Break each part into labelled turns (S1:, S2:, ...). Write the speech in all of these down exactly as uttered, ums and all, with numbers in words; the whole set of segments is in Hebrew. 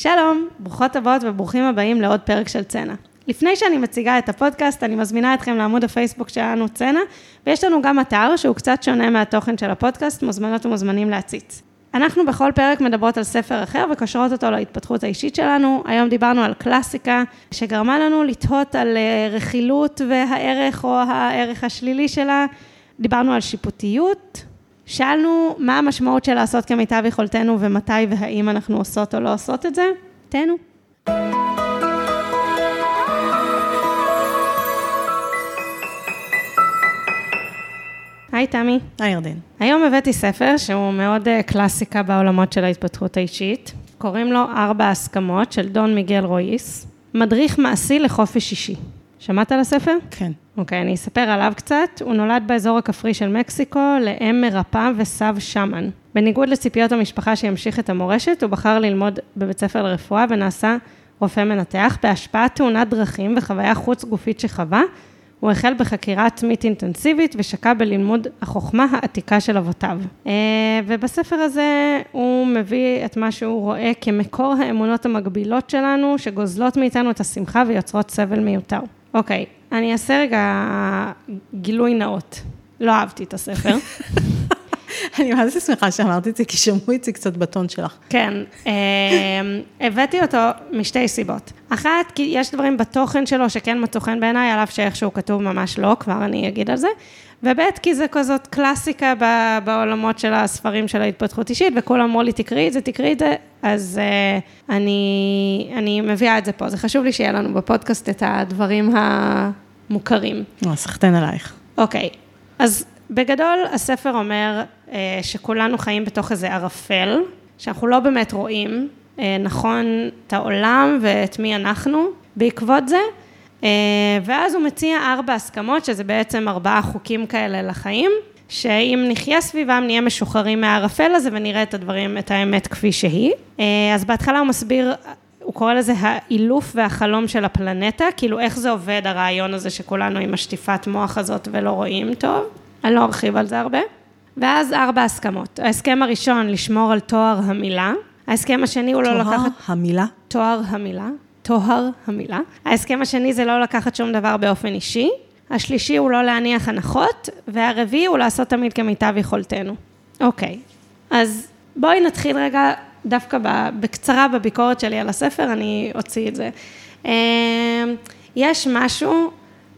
S1: שלום, ברוכות הבאות וברוכים הבאים לעוד פרק של צנע. לפני שאני מציגה את הפודקאסט, אני מזמינה אתכם לעמוד הפייסבוק שלנו צנע, ויש לנו גם אתר שהוא קצת שונה מהתוכן של הפודקאסט, מוזמנות ומוזמנים להציץ. אנחנו בכל פרק מדברות על ספר אחר וקושרות אותו להתפתחות האישית שלנו. היום דיברנו על קלאסיקה שגרמה לנו לתהות על רכילות והערך או הערך השלילי שלה. דיברנו על שיפוטיות. שאלנו מה המשמעות של לעשות כמיטב יכולתנו ומתי והאם אנחנו עושות או לא עושות את זה. תהנו. היי תמי.
S2: היי ירדן.
S1: היום הבאתי ספר שהוא מאוד קלאסיקה בעולמות של ההתפתחות האישית. קוראים לו ארבע הסכמות של דון מיגל רויס. מדריך מעשי לחופש אישי. שמעת על הספר?
S2: כן.
S1: אוקיי, אני אספר עליו קצת. הוא נולד באזור הכפרי של מקסיקו לאם מרפאה וסב שמן. בניגוד לציפיות המשפחה שימשיך את המורשת, הוא בחר ללמוד בבית ספר לרפואה ונעשה רופא מנתח. בהשפעת תאונת דרכים וחוויה חוץ גופית שחווה, הוא החל בחקירה עצמית אינטנסיבית ושקע בלימוד החוכמה העתיקה של אבותיו. ובספר הזה הוא מביא את מה שהוא רואה כמקור האמונות המקבילות שלנו, שגוזלות מאיתנו את השמחה ויוצרות סבל מיותר. אוקיי, אני אעשה רגע גילוי נאות. לא אהבתי את הספר.
S2: אני מאוד שמחה שאמרתי את זה, כי שמעו את זה קצת בטון שלך.
S1: כן, הבאתי אותו משתי סיבות. אחת, כי יש דברים בתוכן שלו שכן מתוכן בעיניי, עליו שאיכשהו כתוב ממש לא, כבר אני אגיד על זה. ובית, כי זה כזאת קלאסיקה בעולמות של הספרים של ההתפתחות אישית, וכולם אמרו לי, תקראי את זה, תקראי את זה, אז אני, אני מביאה את זה פה. זה חשוב לי שיהיה לנו בפודקאסט את הדברים המוכרים.
S2: סחטן עלייך.
S1: אוקיי, אז בגדול, הספר אומר אה, שכולנו חיים בתוך איזה ערפל, שאנחנו לא באמת רואים אה, נכון את העולם ואת מי אנחנו בעקבות זה, אה, ואז הוא מציע ארבע הסכמות, שזה בעצם ארבעה חוקים כאלה לחיים, שאם נחיה סביבם נהיה משוחררים מהערפל הזה ונראה את הדברים, את האמת כפי שהיא. אה, אז בהתחלה הוא מסביר, הוא קורא לזה האילוף והחלום של הפלנטה, כאילו איך זה עובד הרעיון הזה שכולנו עם השטיפת מוח הזאת ולא רואים טוב. אני לא ארחיב על זה הרבה. ואז ארבע הסכמות. ההסכם הראשון, לשמור על תואר המילה. ההסכם השני הוא לא לקחת...
S2: תואר המילה?
S1: תואר המילה. תואר המילה. ההסכם השני זה לא לקחת שום דבר באופן אישי. השלישי הוא לא להניח הנחות. והרביעי הוא לעשות תמיד כמיטב יכולתנו. אוקיי. אז בואי נתחיל רגע דווקא בקצרה בביקורת שלי על הספר, אני אוציא את זה. יש משהו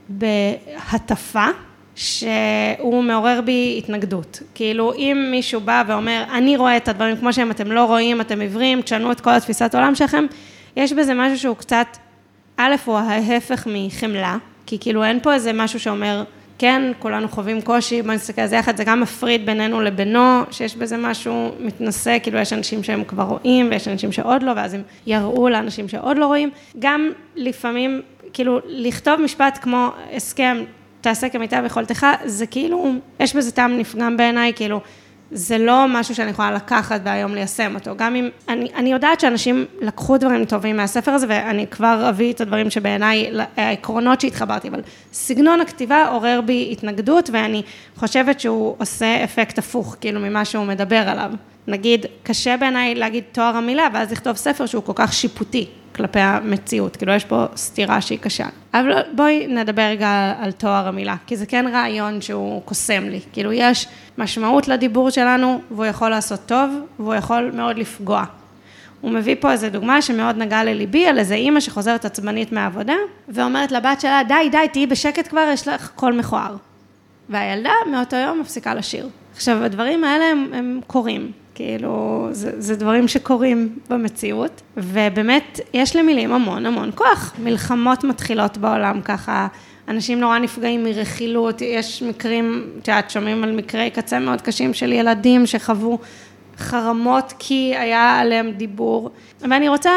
S1: בהטפה, שהוא מעורר בי התנגדות. כאילו, אם מישהו בא ואומר, אני רואה את הדברים כמו שהם, אתם לא רואים, אתם עיוורים, תשנו את כל התפיסת העולם שלכם, יש בזה משהו שהוא קצת, א' הוא ההפך מחמלה, כי כאילו אין פה איזה משהו שאומר, כן, כולנו חווים קושי, בוא נסתכל על זה יחד, זה גם מפריד בינינו לבינו, שיש בזה משהו מתנשא, כאילו יש אנשים שהם כבר רואים, ויש אנשים שעוד לא, ואז הם יראו לאנשים שעוד לא רואים. גם לפעמים, כאילו, לכתוב משפט כמו הסכם, תעשה כמיטב יכולתך, זה כאילו, יש בזה טעם נפגם בעיניי, כאילו, זה לא משהו שאני יכולה לקחת והיום ליישם אותו. גם אם, אני, אני יודעת שאנשים לקחו דברים טובים מהספר הזה, ואני כבר אביא את הדברים שבעיניי, העקרונות שהתחברתי, אבל סגנון הכתיבה עורר בי התנגדות, ואני חושבת שהוא עושה אפקט הפוך, כאילו, ממה שהוא מדבר עליו. נגיד, קשה בעיניי להגיד תואר המילה, ואז לכתוב ספר שהוא כל כך שיפוטי כלפי המציאות, כאילו יש פה סתירה שהיא קשה. אבל בואי נדבר רגע על תואר המילה, כי זה כן רעיון שהוא קוסם לי, כאילו יש משמעות לדיבור שלנו, והוא יכול לעשות טוב, והוא יכול מאוד לפגוע. הוא מביא פה איזו דוגמה שמאוד נגעה לליבי, על איזו אימא שחוזרת עצבנית מהעבודה, ואומרת לבת שלה, די, די, תהי בשקט כבר, יש לך קול מכוער. והילדה מאותו יום מפסיקה לשיר. עכשיו, הדברים האלה הם, הם קורים. כאילו, זה, זה דברים שקורים במציאות, ובאמת יש למילים המון המון כוח. מלחמות מתחילות בעולם ככה, אנשים נורא נפגעים מרכילות, יש מקרים, שאת שומעים על מקרי קצה מאוד קשים של ילדים שחוו חרמות כי היה עליהם דיבור. ואני רוצה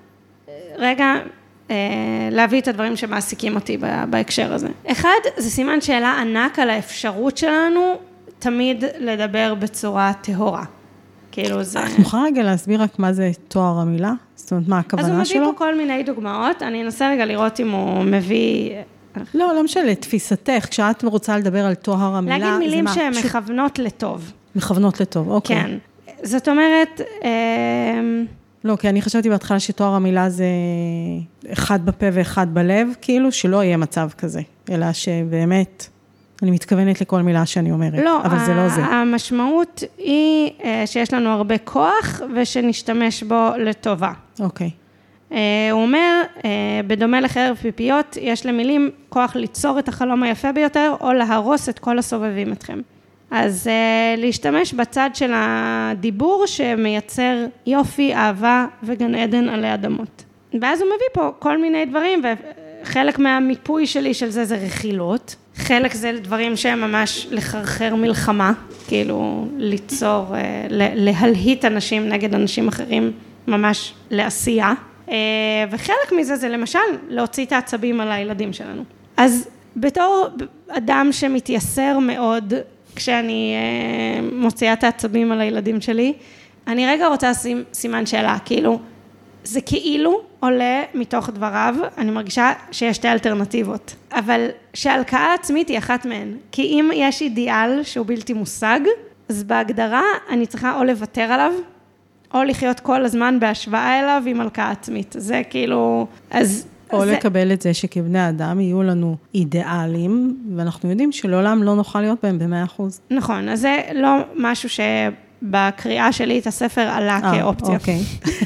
S1: רגע להביא את הדברים שמעסיקים אותי בהקשר הזה. אחד, זה סימן שאלה ענק על האפשרות שלנו תמיד לדבר בצורה טהורה. כאילו זה...
S2: את מוכרחה רגע להסביר רק מה זה תואר המילה? זאת אומרת, מה הכוונה שלו?
S1: אז הוא מביא פה כל מיני דוגמאות, אני אנסה רגע לראות אם הוא מביא...
S2: לא, לא משנה, תפיסתך, כשאת רוצה לדבר על תואר המילה...
S1: להגיד מילים שהן מכוונות לטוב.
S2: מכוונות לטוב, אוקיי.
S1: כן. זאת אומרת,
S2: לא, כי אני חשבתי בהתחלה שתואר המילה זה אחד בפה ואחד בלב, כאילו שלא יהיה מצב כזה, אלא שבאמת אני מתכוונת לכל מילה שאני אומרת,
S1: לא,
S2: אבל זה לא זה.
S1: המשמעות היא שיש לנו הרבה כוח ושנשתמש בו לטובה.
S2: אוקיי.
S1: הוא אומר, בדומה לחרב פיפיות, יש למילים כוח ליצור את החלום היפה ביותר, או להרוס את כל הסובבים אתכם. אז להשתמש בצד של הדיבור שמייצר יופי, אהבה וגן עדן עלי אדמות. ואז הוא מביא פה כל מיני דברים, וחלק מהמיפוי שלי של זה זה רכילות, חלק זה דברים שהם ממש לחרחר מלחמה, כאילו ליצור, להלהיט אנשים נגד אנשים אחרים, ממש לעשייה, וחלק מזה זה למשל להוציא את העצבים על הילדים שלנו. אז בתור אדם שמתייסר מאוד, כשאני מוציאה את העצבים על הילדים שלי, אני רגע רוצה לשים סימן שאלה, כאילו, זה כאילו עולה מתוך דבריו, אני מרגישה שיש שתי אלטרנטיבות, אבל שההלקאה העצמית היא אחת מהן, כי אם יש אידיאל שהוא בלתי מושג, אז בהגדרה אני צריכה או לוותר עליו, או לחיות כל הזמן בהשוואה אליו עם הלקאה עצמית, זה כאילו, אז...
S2: או
S1: זה...
S2: לקבל את זה שכבני אדם יהיו לנו אידיאלים, ואנחנו יודעים שלעולם לא נוכל להיות בהם במאה אחוז.
S1: נכון, אז זה לא משהו שבקריאה שלי את הספר עלה
S2: 아,
S1: כאופציה.
S2: אוקיי.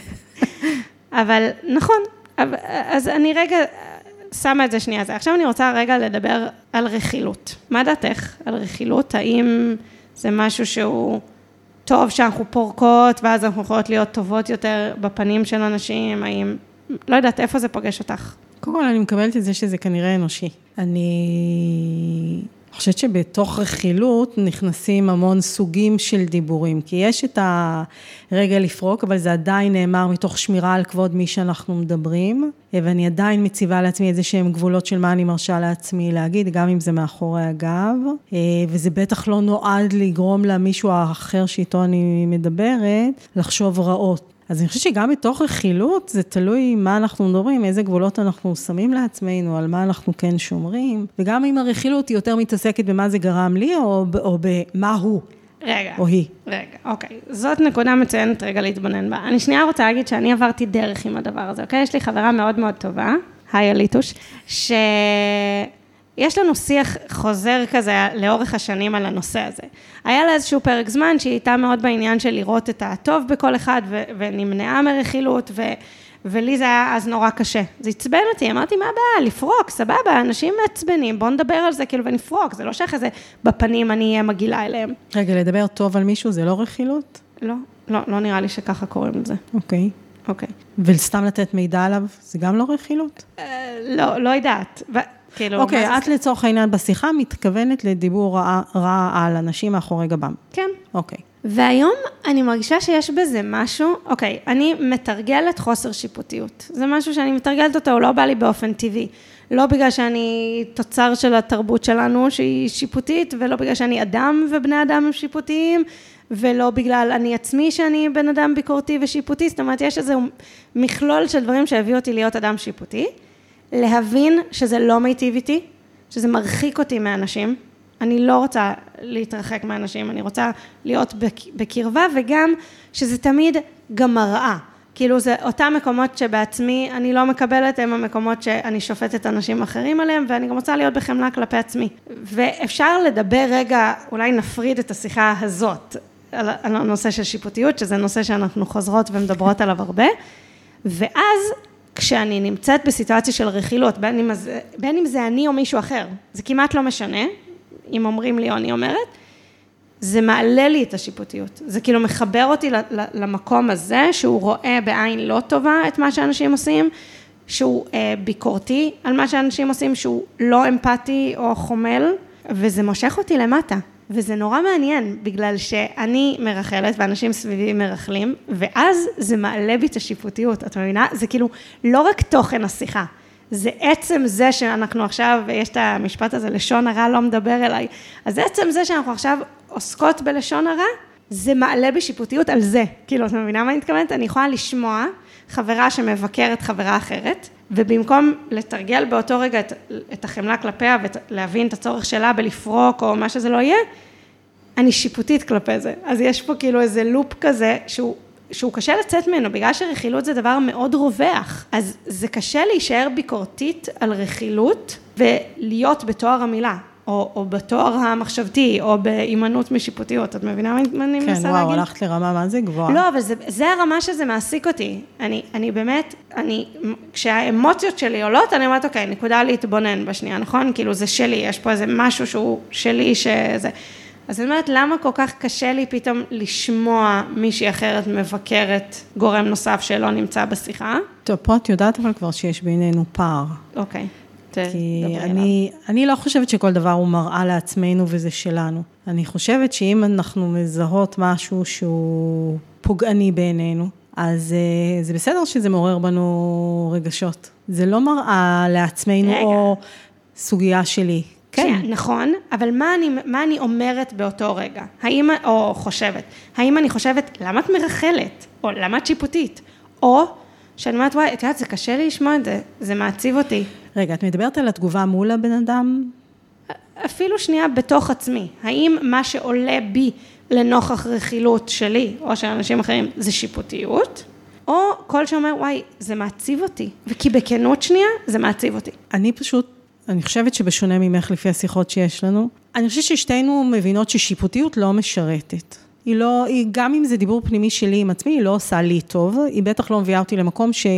S1: אבל נכון, אז אני רגע שמה את זה שנייה. עכשיו אני רוצה רגע לדבר על רכילות. מה דעתך על רכילות? האם זה משהו שהוא טוב שאנחנו פורקות, ואז אנחנו יכולות להיות טובות יותר בפנים של אנשים? האם, לא יודעת, איפה זה פוגש אותך?
S2: קודם כל אני מקבלת את זה שזה כנראה אנושי. אני חושבת שבתוך רכילות נכנסים המון סוגים של דיבורים, כי יש את הרגע לפרוק, אבל זה עדיין נאמר מתוך שמירה על כבוד מי שאנחנו מדברים, ואני עדיין מציבה לעצמי איזה שהם גבולות של מה אני מרשה לעצמי להגיד, גם אם זה מאחורי הגב, וזה בטח לא נועד לגרום למישהו האחר שאיתו אני מדברת, לחשוב רעות. אז אני חושבת שגם בתוך רכילות, זה תלוי מה אנחנו מדברים, איזה גבולות אנחנו שמים לעצמנו, על מה אנחנו כן שומרים, וגם אם הרכילות היא יותר מתעסקת במה זה גרם לי, או, או במה הוא.
S1: רגע,
S2: או היא.
S1: רגע, אוקיי. זאת נקודה מצוינת רגע להתבונן בה. אני שנייה רוצה להגיד שאני עברתי דרך עם הדבר הזה, אוקיי? יש לי חברה מאוד מאוד טובה, היי אליטוש, ש... יש לנו שיח חוזר כזה לאורך השנים על הנושא הזה. היה לה איזשהו פרק זמן שהיא הייתה מאוד בעניין של לראות את הטוב בכל אחד ו- ונמנעה מרכילות, ו- ולי זה היה אז נורא קשה. זה הצבן אותי, אמרתי, מה הבעיה? לפרוק, סבבה, אנשים מעצבנים, בוא נדבר על זה כאילו ונפרוק, זה לא שאחרי בפנים אני אהיה מגילה אליהם.
S2: רגע, לדבר טוב על מישהו זה לא רכילות?
S1: לא, לא, לא נראה לי שככה קוראים לזה.
S2: אוקיי.
S1: אוקיי.
S2: וסתם לתת מידע עליו, זה גם לא רכילות?
S1: לא, לא יודעת.
S2: אוקיי, את לצורך העניין בשיחה מתכוונת לדיבור רע על אנשים מאחורי גבם.
S1: כן.
S2: אוקיי.
S1: והיום אני מרגישה שיש בזה משהו, אוקיי, אני מתרגלת חוסר שיפוטיות. זה משהו שאני מתרגלת אותו, הוא לא בא לי באופן טבעי. לא בגלל שאני תוצר של התרבות שלנו שהיא שיפוטית, ולא בגלל שאני אדם ובני אדם הם שיפוטיים, ולא בגלל אני עצמי שאני בן אדם ביקורתי ושיפוטי. זאת אומרת, יש איזה מכלול של דברים שהביאו אותי להיות אדם שיפוטי. להבין שזה לא מיטיב איתי, שזה מרחיק אותי מאנשים, אני לא רוצה להתרחק מאנשים, אני רוצה להיות בקרבה, וגם שזה תמיד גם מראה, כאילו זה אותם מקומות שבעצמי אני לא מקבלת, הם המקומות שאני שופטת אנשים אחרים עליהם, ואני גם רוצה להיות בחמלה כלפי עצמי, ואפשר לדבר רגע, אולי נפריד את השיחה הזאת, על הנושא של שיפוטיות, שזה נושא שאנחנו חוזרות ומדברות עליו הרבה, ואז כשאני נמצאת בסיטואציה של רכילות, בין אם, זה, בין אם זה אני או מישהו אחר, זה כמעט לא משנה, אם אומרים לי או אני אומרת, זה מעלה לי את השיפוטיות. זה כאילו מחבר אותי למקום הזה, שהוא רואה בעין לא טובה את מה שאנשים עושים, שהוא ביקורתי על מה שאנשים עושים, שהוא לא אמפתי או חומל, וזה מושך אותי למטה. וזה נורא מעניין, בגלל שאני מרחלת, ואנשים סביבי מרחלים, ואז זה מעלה בי את השיפוטיות, את מבינה? זה כאילו לא רק תוכן השיחה, זה עצם זה שאנחנו עכשיו, יש את המשפט הזה, לשון הרע לא מדבר אליי, אז עצם זה שאנחנו עכשיו עוסקות בלשון הרע, זה מעלה בי שיפוטיות על זה. כאילו, את מבינה מה אני מתכוונת? אני יכולה לשמוע חברה שמבקרת חברה אחרת, ובמקום לתרגל באותו רגע את, את החמלה כלפיה, ולהבין את הצורך שלה בלפרוק, או מה שזה לא יהיה, אני שיפוטית כלפי זה. אז יש פה כאילו איזה לופ כזה, שהוא שהוא קשה לצאת ממנו, בגלל שרכילות זה דבר מאוד רווח, אז זה קשה להישאר ביקורתית על רכילות, ולהיות בתואר המילה. או, או בתואר המחשבתי, או באימנות משיפוטיות, את מבינה מה אני מנסה להגיד?
S2: כן, וואו, הלכת לרמה, מה זה גבוהה?
S1: לא, אבל זה, זה הרמה שזה מעסיק אותי. אני, אני באמת, אני, כשהאמוציות שלי עולות, אני אומרת, אוקיי, נקודה להתבונן בשנייה, נכון? כאילו זה שלי, יש פה איזה משהו שהוא שלי, שזה... אז אני אומרת, למה כל כך קשה לי פתאום לשמוע מישהי אחרת מבקרת גורם נוסף שלא נמצא בשיחה?
S2: טוב, פה את יודעת אבל כבר שיש בינינו פער.
S1: אוקיי.
S2: כי אני, אני לא חושבת שכל דבר הוא מראה לעצמנו וזה שלנו. אני חושבת שאם אנחנו מזהות משהו שהוא פוגעני בעינינו, אז זה בסדר שזה מעורר בנו רגשות. זה לא מראה לעצמנו רגע. או סוגיה שלי.
S1: כן. נכון, אבל מה אני, מה אני אומרת באותו רגע? האם, או חושבת, האם אני חושבת, למה את מרחלת? או למה את שיפוטית? או שאני אומרת, וואי, את יודעת, זה קשה לי לשמוע את זה, זה מעציב אותי.
S2: רגע, את מדברת על התגובה מול הבן אדם?
S1: אפילו שנייה בתוך עצמי. האם מה שעולה בי לנוכח רכילות שלי, או של אנשים אחרים, זה שיפוטיות? או כל שאומר, וואי, זה מעציב אותי. וכי בכנות שנייה, זה מעציב אותי.
S2: אני פשוט, אני חושבת שבשונה ממך לפי השיחות שיש לנו, אני חושבת ששתינו מבינות ששיפוטיות לא משרתת. היא לא, היא, גם אם זה דיבור פנימי שלי עם עצמי, היא לא עושה לי טוב. היא בטח לא מביאה אותי למקום ש...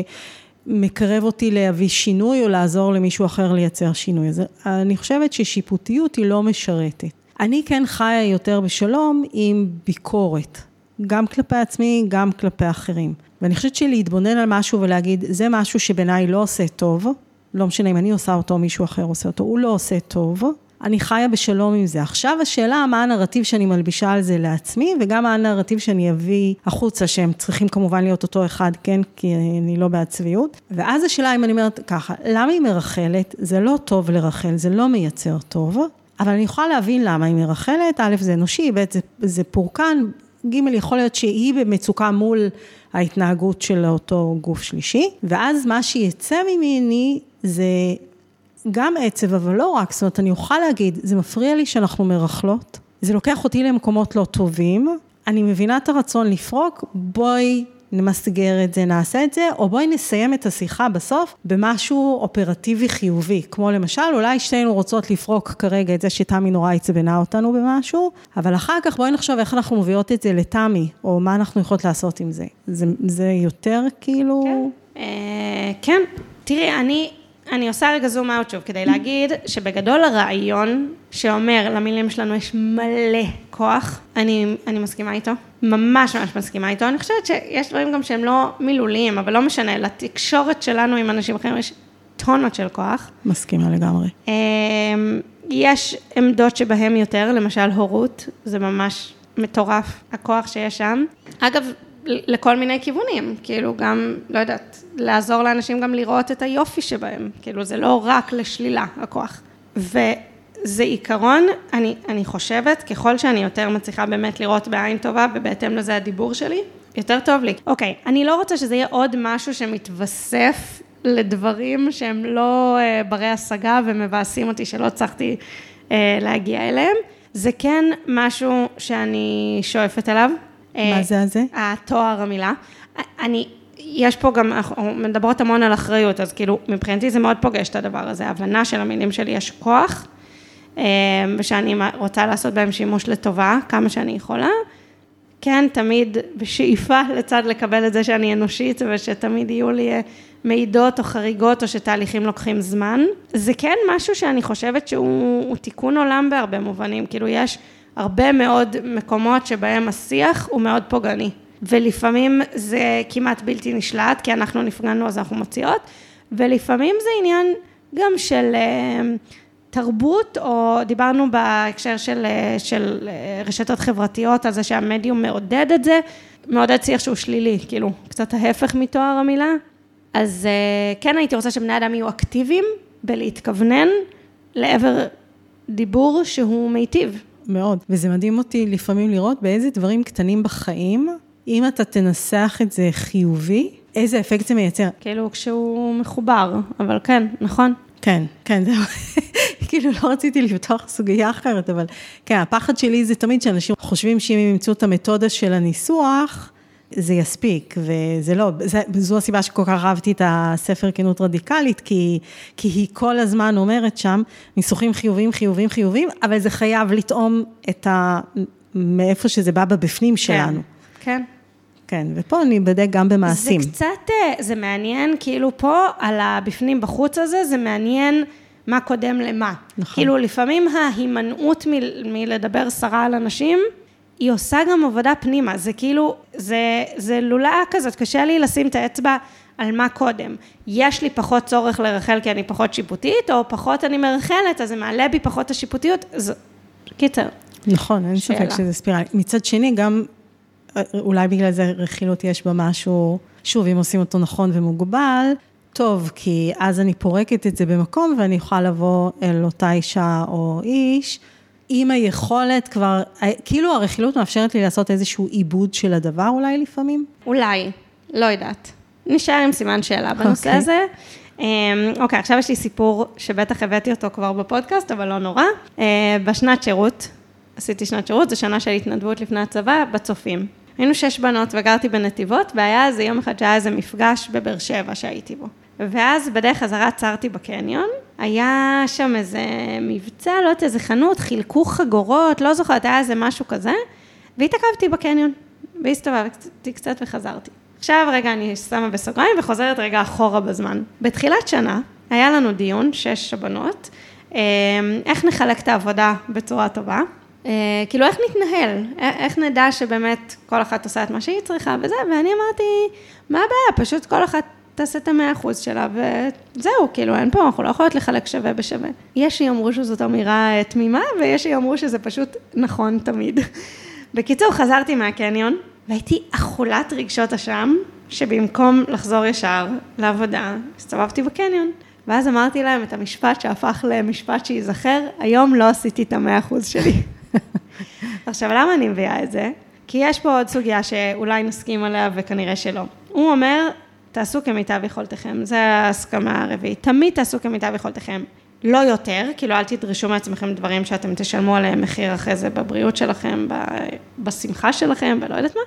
S2: מקרב אותי להביא שינוי או לעזור למישהו אחר לייצר שינוי. אז אני חושבת ששיפוטיות היא לא משרתת. אני כן חיה יותר בשלום עם ביקורת, גם כלפי עצמי, גם כלפי אחרים. ואני חושבת שלהתבונן על משהו ולהגיד, זה משהו שבעיניי לא עושה טוב, לא משנה אם אני עושה אותו, מישהו אחר עושה אותו, הוא לא עושה טוב, אני חיה בשלום עם זה. עכשיו השאלה, מה הנרטיב שאני מלבישה על זה לעצמי, וגם מה הנרטיב שאני אביא החוצה, שהם צריכים כמובן להיות אותו אחד, כן, כי אני לא בעצביות. ואז השאלה, אם אני אומרת ככה, למה היא מרחלת? זה לא טוב לרחל, זה לא מייצר טוב, אבל אני יכולה להבין למה היא מרחלת, א', זה אנושי, ב', זה, זה פורקן, ג', יכול להיות שהיא במצוקה מול ההתנהגות של אותו גוף שלישי, ואז מה שיצא ממני זה... גם עצב, אבל לא רק, זאת אומרת, אני אוכל להגיד, זה מפריע לי שאנחנו מרחלות, זה לוקח אותי למקומות לא טובים, אני מבינה את הרצון לפרוק, בואי נמסגר את זה, נעשה את זה, או בואי נסיים את השיחה בסוף, במשהו אופרטיבי חיובי, כמו למשל, אולי שתינו רוצות לפרוק כרגע את זה שתמי נורא הצבנה אותנו במשהו, אבל אחר כך בואי נחשוב איך אנחנו מביאות את זה לתמי, או מה אנחנו יכולות לעשות עם זה. זה, זה יותר כאילו...
S1: כן, אה, כן. תראי, אני... אני עושה רגע זום אאוט שוב, כדי להגיד שבגדול הרעיון שאומר למילים שלנו יש מלא כוח, אני, אני מסכימה איתו, ממש ממש מסכימה איתו, אני חושבת שיש דברים גם שהם לא מילוליים, אבל לא משנה, לתקשורת שלנו עם אנשים אחרים יש טונות של כוח.
S2: מסכימה לגמרי.
S1: יש עמדות שבהם יותר, למשל הורות, זה ממש מטורף, הכוח שיש שם. אגב, לכל מיני כיוונים, כאילו גם, לא יודעת, לעזור לאנשים גם לראות את היופי שבהם, כאילו זה לא רק לשלילה, הכוח. וזה עיקרון, אני, אני חושבת, ככל שאני יותר מצליחה באמת לראות בעין טובה, ובהתאם לזה הדיבור שלי, יותר טוב לי. אוקיי, אני לא רוצה שזה יהיה עוד משהו שמתווסף לדברים שהם לא uh, ברי השגה, ומבאסים אותי שלא צריכתי uh, להגיע אליהם. זה כן משהו שאני שואפת אליו,
S2: מה זה הזה?
S1: התואר המילה. אני, יש פה גם, אנחנו מדברות המון על אחריות, אז כאילו, מבחינתי זה מאוד פוגש את הדבר הזה, ההבנה של המילים שלי יש כוח, ושאני רוצה לעשות בהם שימוש לטובה, כמה שאני יכולה, כן, תמיד בשאיפה לצד לקבל את זה שאני אנושית, ושתמיד יהיו לי מידות או חריגות, או שתהליכים לוקחים זמן. זה כן משהו שאני חושבת שהוא תיקון עולם בהרבה מובנים, כאילו יש הרבה מאוד מקומות שבהם השיח הוא מאוד פוגעני, ולפעמים זה כמעט בלתי נשלט, כי אנחנו נפגענו אז אנחנו מוציאות, ולפעמים זה עניין גם של תרבות, או דיברנו בהקשר של, של רשתות חברתיות, על זה שהמדיום מעודד את זה, מעודד שיח שהוא שלילי, כאילו, קצת ההפך מתואר המילה. אז כן הייתי רוצה שבני אדם יהיו אקטיביים, בלהתכוונן לעבר דיבור שהוא מיטיב.
S2: מאוד, וזה מדהים אותי לפעמים לראות באיזה דברים קטנים בחיים, אם אתה תנסח את זה חיובי, איזה אפקט זה מייצר.
S1: כאילו כשהוא מחובר, אבל כן, נכון?
S2: כן, כן, זהו. כאילו לא רציתי לפתוח סוגיה אחרת, אבל כן, הפחד שלי זה תמיד שאנשים חושבים שאם הם ימצאו את המתודה של הניסוח, זה יספיק, וזה לא, זה, זו הסיבה שכל כך אהבתי את הספר כנות רדיקלית, כי, כי היא כל הזמן אומרת שם, ניסוחים חיוביים, חיוביים, חיוביים, אבל זה חייב לטעום את ה... מאיפה שזה בא בבפנים שלנו.
S1: כן.
S2: כן, ופה אני בדק גם במעשים.
S1: זה קצת, זה מעניין, כאילו פה, על הבפנים בחוץ הזה, זה מעניין מה קודם למה. נכון. כאילו, לפעמים ההימנעות מ- מלדבר סרה על אנשים, היא עושה גם עבודה פנימה. זה כאילו, זה, זה לולאה כזאת, קשה לי לשים את האצבע על מה קודם. יש לי פחות צורך לרחל כי אני פחות שיפוטית, או פחות אני מרחלת, אז זה מעלה בי פחות השיפוטיות. זה, קיצר.
S2: נכון, אין ספק שזה ספירלי. מצד שני, גם אולי בגלל זה רכילות יש בה משהו, שוב, אם עושים אותו נכון ומוגבל, טוב, כי אז אני פורקת את זה במקום, ואני יכולה לבוא אל אותה אישה או איש, עם היכולת כבר, כאילו הרכילות מאפשרת לי לעשות איזשהו עיבוד של הדבר אולי לפעמים?
S1: אולי, לא יודעת. נשאר עם סימן שאלה בנושא okay. הזה. אוקיי, עכשיו יש לי סיפור שבטח הבאתי אותו כבר בפודקאסט, אבל לא נורא. בשנת שירות, עשיתי שנת שירות, זו שנה של התנדבות לפני הצבא, בצופים. היינו שש בנות וגרתי בנתיבות, והיה איזה יום אחד שהיה איזה מפגש בבאר שבע שהייתי בו. ואז בדרך חזרה עצרתי בקניון, היה שם איזה מבצע, לא יודעת, איזה חנות, חילקו חגורות, לא זוכרת, היה איזה משהו כזה, והתעכבתי בקניון, והסתובבתי קצת וחזרתי. עכשיו רגע אני שמה בסוגריים וחוזרת רגע אחורה בזמן. בתחילת שנה היה לנו דיון, שש בנות, איך נחלק את העבודה בצורה טובה, כאילו איך נתנהל, איך נדע שבאמת כל אחת עושה את מה שהיא צריכה וזה, ואני אמרתי, מה הבעיה? פשוט כל אחת תעשה את המאה אחוז שלה, וזהו, כאילו אין פה, אנחנו לא יכולות לחלק שווה בשווה. יש שיאמרו שזאת אמירה תמימה, ויש שיאמרו שזה פשוט נכון תמיד. בקיצור, חזרתי מהקניון, והייתי אכולת רגשות אשם, שבמקום לחזור ישר לעבודה, הסתובבתי בקניון. ואז אמרתי להם את המשפט שהפך למשפט שיזכר, היום לא עשיתי את המאה אחוז שלי. עכשיו, למה אני מביאה את זה? כי יש פה עוד סוגיה שאולי נסכים עליה וכנראה שלא. הוא אומר, תעשו כמיטב יכולתכם, זה ההסכמה הרביעית. תמיד תעשו כמיטב יכולתכם. לא יותר, כאילו אל תדרשו מעצמכם דברים שאתם תשלמו עליהם מחיר אחרי זה בבריאות שלכם, בשמחה שלכם, ולא יודעת מה,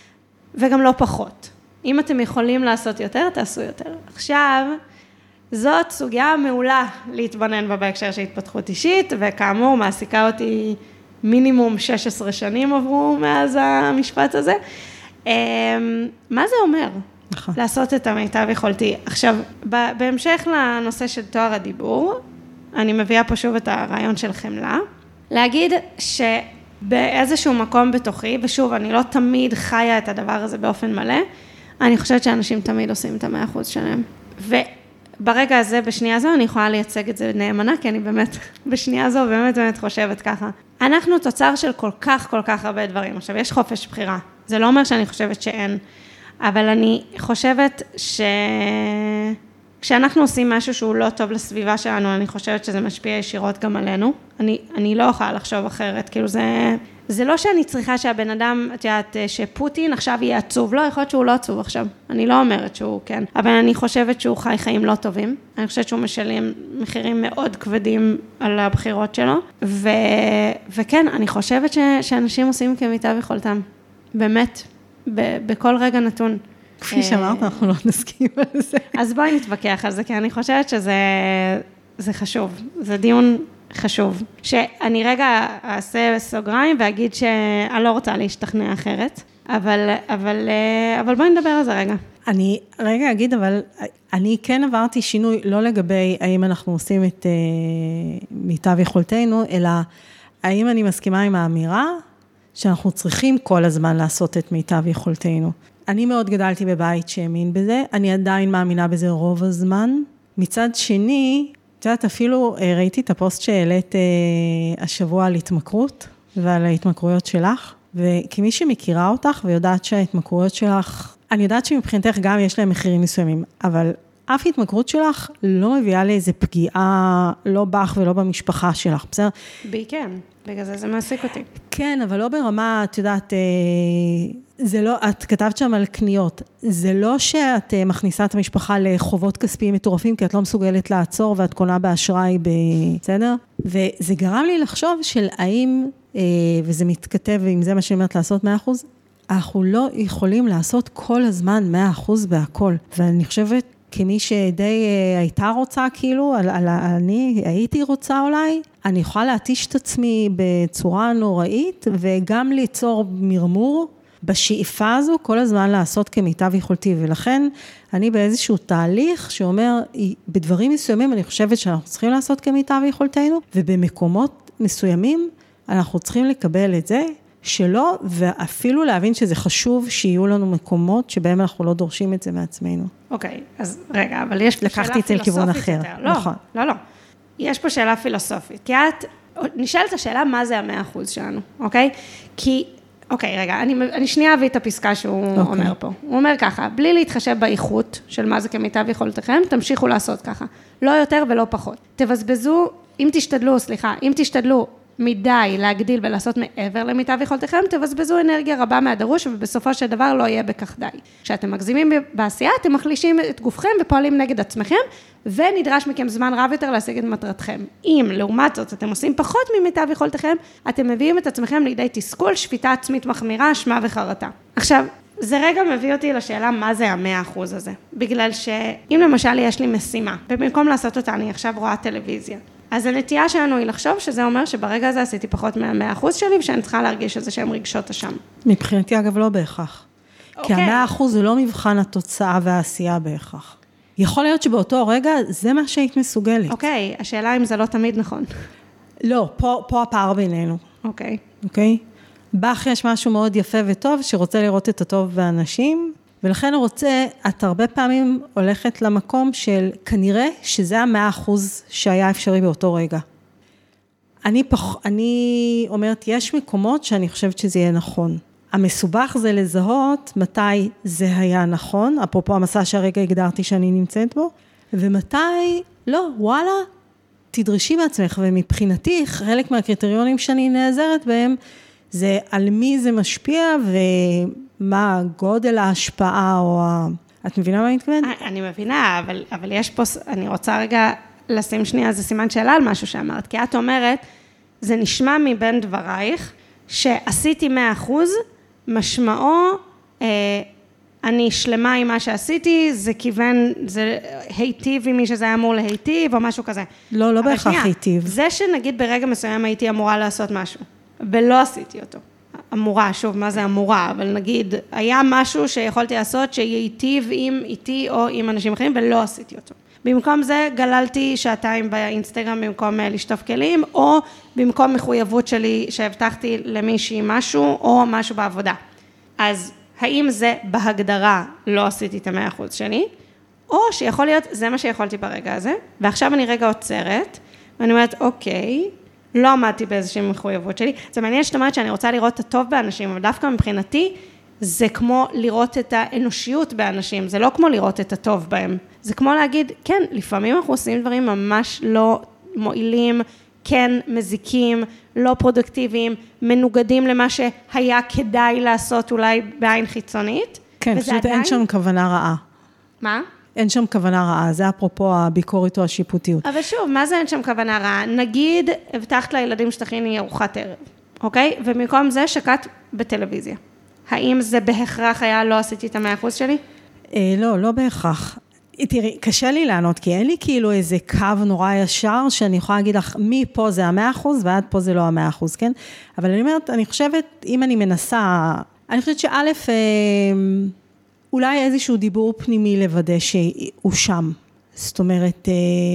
S1: וגם לא פחות. אם אתם יכולים לעשות יותר, תעשו יותר. עכשיו, זאת סוגיה מעולה להתבונן בה בהקשר של התפתחות אישית, וכאמור, מעסיקה אותי מינימום שש עשרה שנים עברו מאז המשפט הזה. מה זה אומר? נכון. לעשות את המיטב יכולתי. עכשיו, בהמשך לנושא של תואר הדיבור, אני מביאה פה שוב את הרעיון של חמלה, להגיד שבאיזשהו מקום בתוכי, ושוב, אני לא תמיד חיה את הדבר הזה באופן מלא, אני חושבת שאנשים תמיד עושים את המאה אחוז שלהם. וברגע הזה, בשנייה הזו, אני יכולה לייצג את זה נאמנה, כי אני באמת, בשנייה הזו, באמת באמת חושבת ככה. אנחנו תוצר של כל כך, כל כך הרבה דברים. עכשיו, יש חופש בחירה. זה לא אומר שאני חושבת שאין. אבל אני חושבת ש... כשאנחנו עושים משהו שהוא לא טוב לסביבה שלנו, אני חושבת שזה משפיע ישירות גם עלינו. אני, אני לא אוכל לחשוב אחרת, כאילו זה, זה לא שאני צריכה שהבן אדם, את יודעת, שפוטין עכשיו יהיה עצוב, לא, יכול להיות שהוא לא עצוב עכשיו, אני לא אומרת שהוא כן, אבל אני חושבת שהוא חי חיים לא טובים, אני חושבת שהוא משלם מחירים מאוד כבדים על הבחירות שלו, ו, וכן, אני חושבת ש, שאנשים עושים כמיטב יכולתם, באמת, ב, בכל רגע נתון.
S2: כפי שאמרת, אנחנו לא נסכים על זה.
S1: אז בואי נתווכח על זה, כי אני חושבת שזה זה חשוב, זה דיון חשוב. שאני רגע אעשה סוגריים ואגיד שאני לא רוצה להשתכנע אחרת, אבל, אבל, אבל בואי נדבר על זה רגע.
S2: אני רגע אגיד, אבל אני כן עברתי שינוי, לא לגבי האם אנחנו עושים את uh, מיטב יכולתנו, אלא האם אני מסכימה עם האמירה שאנחנו צריכים כל הזמן לעשות את מיטב יכולתנו. אני מאוד גדלתי בבית שהאמין בזה, אני עדיין מאמינה בזה רוב הזמן. מצד שני, את יודעת, אפילו ראיתי את הפוסט שהעלית אה, השבוע על התמכרות, ועל ההתמכרויות שלך, וכמי שמכירה אותך ויודעת שההתמכרויות שלך, אני יודעת שמבחינתך גם יש להם מחירים מסוימים, אבל אף התמכרות שלך לא מביאה לאיזו פגיעה, לא בך ולא במשפחה שלך, בסדר?
S1: בי כן, בגלל זה זה מעסיק אותי.
S2: כן, אבל לא ברמה, את יודעת, זה לא, את כתבת שם על קניות, זה לא שאת מכניסה את המשפחה לחובות כספיים מטורפים, כי את לא מסוגלת לעצור ואת קונה באשראי, בסדר? וזה גרם לי לחשוב של האם, וזה מתכתב, ואם זה מה שאני אומרת לעשות מאה אחוז, אנחנו לא יכולים לעשות כל הזמן מאה אחוז בהכל, ואני חושבת, כמי שדי הייתה רוצה כאילו, על, על, אני הייתי רוצה אולי, אני יכולה להתיש את עצמי בצורה נוראית, וגם ליצור מרמור בשאיפה הזו, כל הזמן לעשות כמיטב יכולתי, ולכן אני באיזשהו תהליך שאומר, בדברים מסוימים אני חושבת שאנחנו צריכים לעשות כמיטב יכולתנו, ובמקומות מסוימים אנחנו צריכים לקבל את זה, שלא, ואפילו להבין שזה חשוב שיהיו לנו מקומות שבהם אנחנו לא דורשים את זה מעצמנו.
S1: אוקיי, אז רגע, אבל יש פה שאלה
S2: לקחתי את זה לכיוון אחר.
S1: לא,
S2: נכון.
S1: לא, לא. יש פה שאלה פילוסופית, כי את, נשאלת השאלה מה זה המאה אחוז שלנו, אוקיי? כי, אוקיי, רגע, אני, אני שנייה אביא את הפסקה שהוא אוקיי. אומר פה. הוא אומר ככה, בלי להתחשב באיכות של מה זה כמיטב יכולתכם, תמשיכו לעשות ככה. לא יותר ולא פחות. תבזבזו, אם תשתדלו, סליחה, אם תשתדלו, מדי להגדיל ולעשות מעבר למיטב יכולתכם, תבזבזו אנרגיה רבה מהדרוש, ובסופו של דבר לא יהיה בכך די. כשאתם מגזימים בעשייה, אתם מחלישים את גופכם ופועלים נגד עצמכם, ונדרש מכם זמן רב יותר להשיג את מטרתכם. אם, לעומת זאת, אתם עושים פחות ממיטב יכולתכם, אתם מביאים את עצמכם לידי תסכול, שפיטה עצמית מחמירה, אשמה וחרטה. עכשיו, זה רגע מביא אותי לשאלה מה זה המאה אחוז הזה. בגלל שאם למשל יש לי משימה, ובמקום לעשות אותה אני עכשיו רואה טלוויזיה, אז הנטייה שלנו היא לחשוב שזה אומר שברגע הזה עשיתי פחות מה-מאה אחוז שלי, ושאני צריכה להרגיש איזה שהם רגשות אשם.
S2: מבחינתי אגב לא בהכרח. Okay. כי המאה אחוז זה לא מבחן התוצאה והעשייה בהכרח. יכול להיות שבאותו רגע זה מה שהיית מסוגלת.
S1: אוקיי, okay, השאלה אם זה לא תמיד נכון.
S2: לא, פה, פה הפער בינינו.
S1: אוקיי.
S2: Okay. אוקיי? Okay? בך יש משהו מאוד יפה וטוב, שרוצה לראות את הטוב באנשים, ולכן הוא רוצה, את הרבה פעמים הולכת למקום של, כנראה שזה המאה אחוז שהיה אפשרי באותו רגע. אני, פח, אני אומרת, יש מקומות שאני חושבת שזה יהיה נכון. המסובך זה לזהות מתי זה היה נכון, אפרופו המסע שהרגע הגדרתי שאני נמצאת בו, ומתי, לא, וואלה, תדרשי מעצמך, ומבחינתי, חלק מהקריטריונים שאני נעזרת בהם, זה על מי זה משפיע, ומה גודל ההשפעה, או ה... את מבינה מה אני מתכוונת?
S1: אני מבינה, אבל, אבל יש פה, אני רוצה רגע לשים שנייה, זה סימן שאלה על משהו שאמרת, כי את אומרת, זה נשמע מבין דברייך, שעשיתי מאה אחוז, משמעו, אה, אני שלמה עם מה שעשיתי, זה כיוון, זה היטיב עם מי שזה היה אמור להיטיב, או משהו כזה.
S2: לא, לא בהכרח היטיב.
S1: זה שנגיד ברגע מסוים הייתי אמורה לעשות משהו, ולא עשיתי אותו. אמורה, שוב, מה זה אמורה, אבל נגיד, היה משהו שיכולתי לעשות שייטיב עם איתי או עם אנשים אחרים, ולא עשיתי אותו. במקום זה גללתי שעתיים באינסטגרם במקום לשטוף כלים, או במקום מחויבות שלי שהבטחתי למישהי משהו, או משהו בעבודה. אז האם זה בהגדרה לא עשיתי את המאה אחוז שלי, או שיכול להיות, זה מה שיכולתי ברגע הזה, ועכשיו אני רגע עוצרת, ואני אומרת, אוקיי, לא עמדתי באיזושהי מחויבות שלי. זה מעניין שאת אומרת שאני רוצה לראות את הטוב באנשים, אבל דווקא מבחינתי, זה כמו לראות את האנושיות באנשים, זה לא כמו לראות את הטוב בהם. זה כמו להגיד, כן, לפעמים אנחנו עושים דברים ממש לא מועילים, כן מזיקים, לא פרודוקטיביים, מנוגדים למה שהיה כדאי לעשות אולי בעין חיצונית.
S2: כן, פשוט עדיין... אין שם כוונה רעה.
S1: מה?
S2: אין שם כוונה רעה, זה אפרופו הביקורת או השיפוטיות.
S1: אבל שוב, מה זה אין שם כוונה רעה? נגיד, הבטחת לילדים שתכיני ארוחת ערב, אוקיי? ומקום זה שקט בטלוויזיה. האם זה בהכרח היה לא עשיתי את המאה אחוז שלי?
S2: אה, לא, לא בהכרח. תראי, קשה לי לענות, כי אין לי כאילו איזה קו נורא ישר, שאני יכולה להגיד לך, מפה זה המאה אחוז, ועד פה זה לא המאה אחוז, כן? אבל אני אומרת, אני חושבת, אם אני מנסה, אני חושבת שא', אה, אולי איזשהו דיבור פנימי לוודא שהוא שם. זאת אומרת,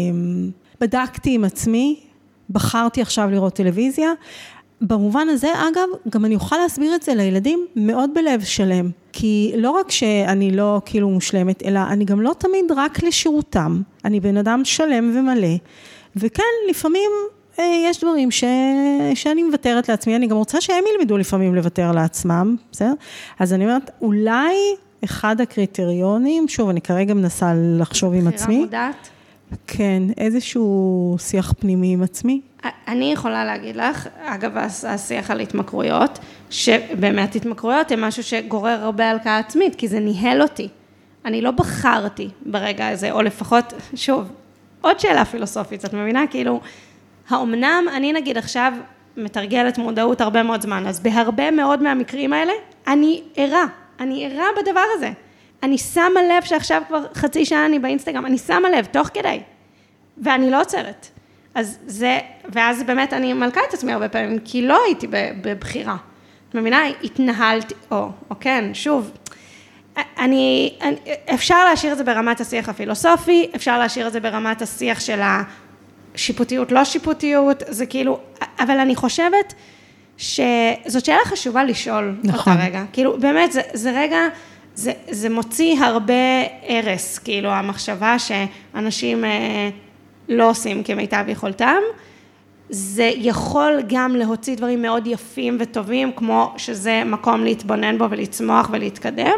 S2: בדקתי עם עצמי, בחרתי עכשיו לראות טלוויזיה, במובן הזה, אגב, גם אני אוכל להסביר את זה לילדים מאוד בלב שלם, כי לא רק שאני לא כאילו מושלמת, אלא אני גם לא תמיד רק לשירותם, אני בן אדם שלם ומלא, וכן, לפעמים יש דברים ש... שאני מוותרת לעצמי, אני גם רוצה שהם ילמדו לפעמים לוותר לעצמם, בסדר? אז אני אומרת, אולי אחד הקריטריונים, שוב, אני כרגע מנסה לחשוב עם עצמי.
S1: בחירה מודעת?
S2: כן, איזשהו שיח פנימי עם עצמי.
S1: אני יכולה להגיד לך, אגב, השיח על התמכרויות, שבאמת התמכרויות הן משהו שגורר הרבה הלקאה עצמית, כי זה ניהל אותי. אני לא בחרתי ברגע הזה, או לפחות, שוב, עוד שאלה פילוסופית, את מבינה? כאילו, האומנם, אני נגיד עכשיו, מתרגלת מודעות הרבה מאוד זמן, אז בהרבה מאוד מהמקרים האלה, אני ערה, אני ערה בדבר הזה. אני שמה לב שעכשיו כבר חצי שעה אני באינסטגרם, אני שמה לב, תוך כדי, ואני לא עוצרת. אז זה, ואז באמת אני מלכה את עצמי הרבה פעמים, כי לא הייתי בבחירה. את מבינה, התנהלתי, או, או כן, שוב, אני, אני, אפשר להשאיר את זה ברמת השיח הפילוסופי, אפשר להשאיר את זה ברמת השיח של השיפוטיות, לא שיפוטיות, זה כאילו, אבל אני חושבת שזאת שאלה חשובה לשאול
S2: נכון.
S1: אותה רגע. כאילו, באמת, זה, זה רגע, זה, זה מוציא הרבה ערס, כאילו, המחשבה שאנשים אה, לא עושים כמיטב יכולתם, זה יכול גם להוציא דברים מאוד יפים וטובים, כמו שזה מקום להתבונן בו ולצמוח ולהתקדם.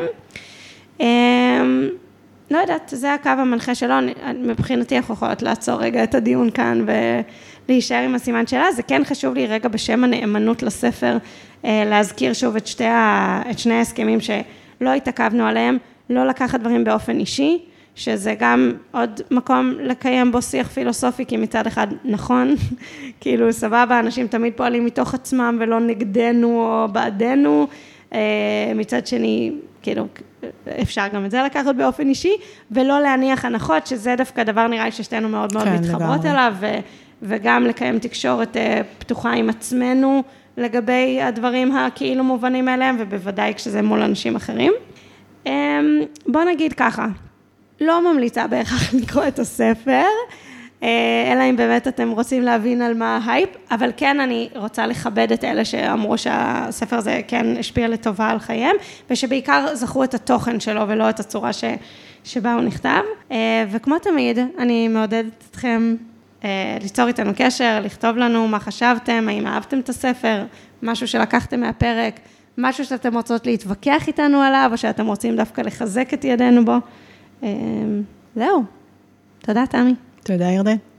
S1: לא יודעת, זה הקו המנחה שלו, מבחינתי אנחנו יכולות לעצור רגע את הדיון כאן ולהישאר עם הסימן שלה, זה כן חשוב לי רגע בשם הנאמנות לספר, להזכיר שוב את, שתי ה, את שני ההסכמים שלא התעכבנו עליהם, לא לקחת דברים באופן אישי, שזה גם עוד מקום לקיים בו שיח פילוסופי, כי מצד אחד נכון, כאילו סבבה, אנשים תמיד פועלים מתוך עצמם ולא נגדנו או בעדנו, מצד שני, כאילו, אפשר גם את זה לקחת באופן אישי, ולא להניח הנחות, שזה דווקא דבר נראה לי ששתינו מאוד מאוד
S2: כן,
S1: מתחברות
S2: לגמרי.
S1: אליו, ו, וגם לקיים תקשורת פתוחה עם עצמנו, לגבי הדברים הכאילו מובנים אליהם, ובוודאי כשזה מול אנשים אחרים. בוא נגיד ככה, לא ממליצה בהכרח לקרוא את הספר, אלא אם באמת אתם רוצים להבין על מה ההייפ, אבל כן אני רוצה לכבד את אלה שאמרו שהספר הזה כן השפיע לטובה על חייהם, ושבעיקר זכו את התוכן שלו ולא את הצורה ש, שבה הוא נכתב. וכמו תמיד, אני מעודדת אתכם ליצור איתנו קשר, לכתוב לנו מה חשבתם, האם אהבתם את הספר, משהו שלקחתם מהפרק, משהו שאתם רוצות להתווכח איתנו עליו, או שאתם רוצים דווקא לחזק את ידינו בו. זהו. תודה, תמי.
S2: תודה, ירדן.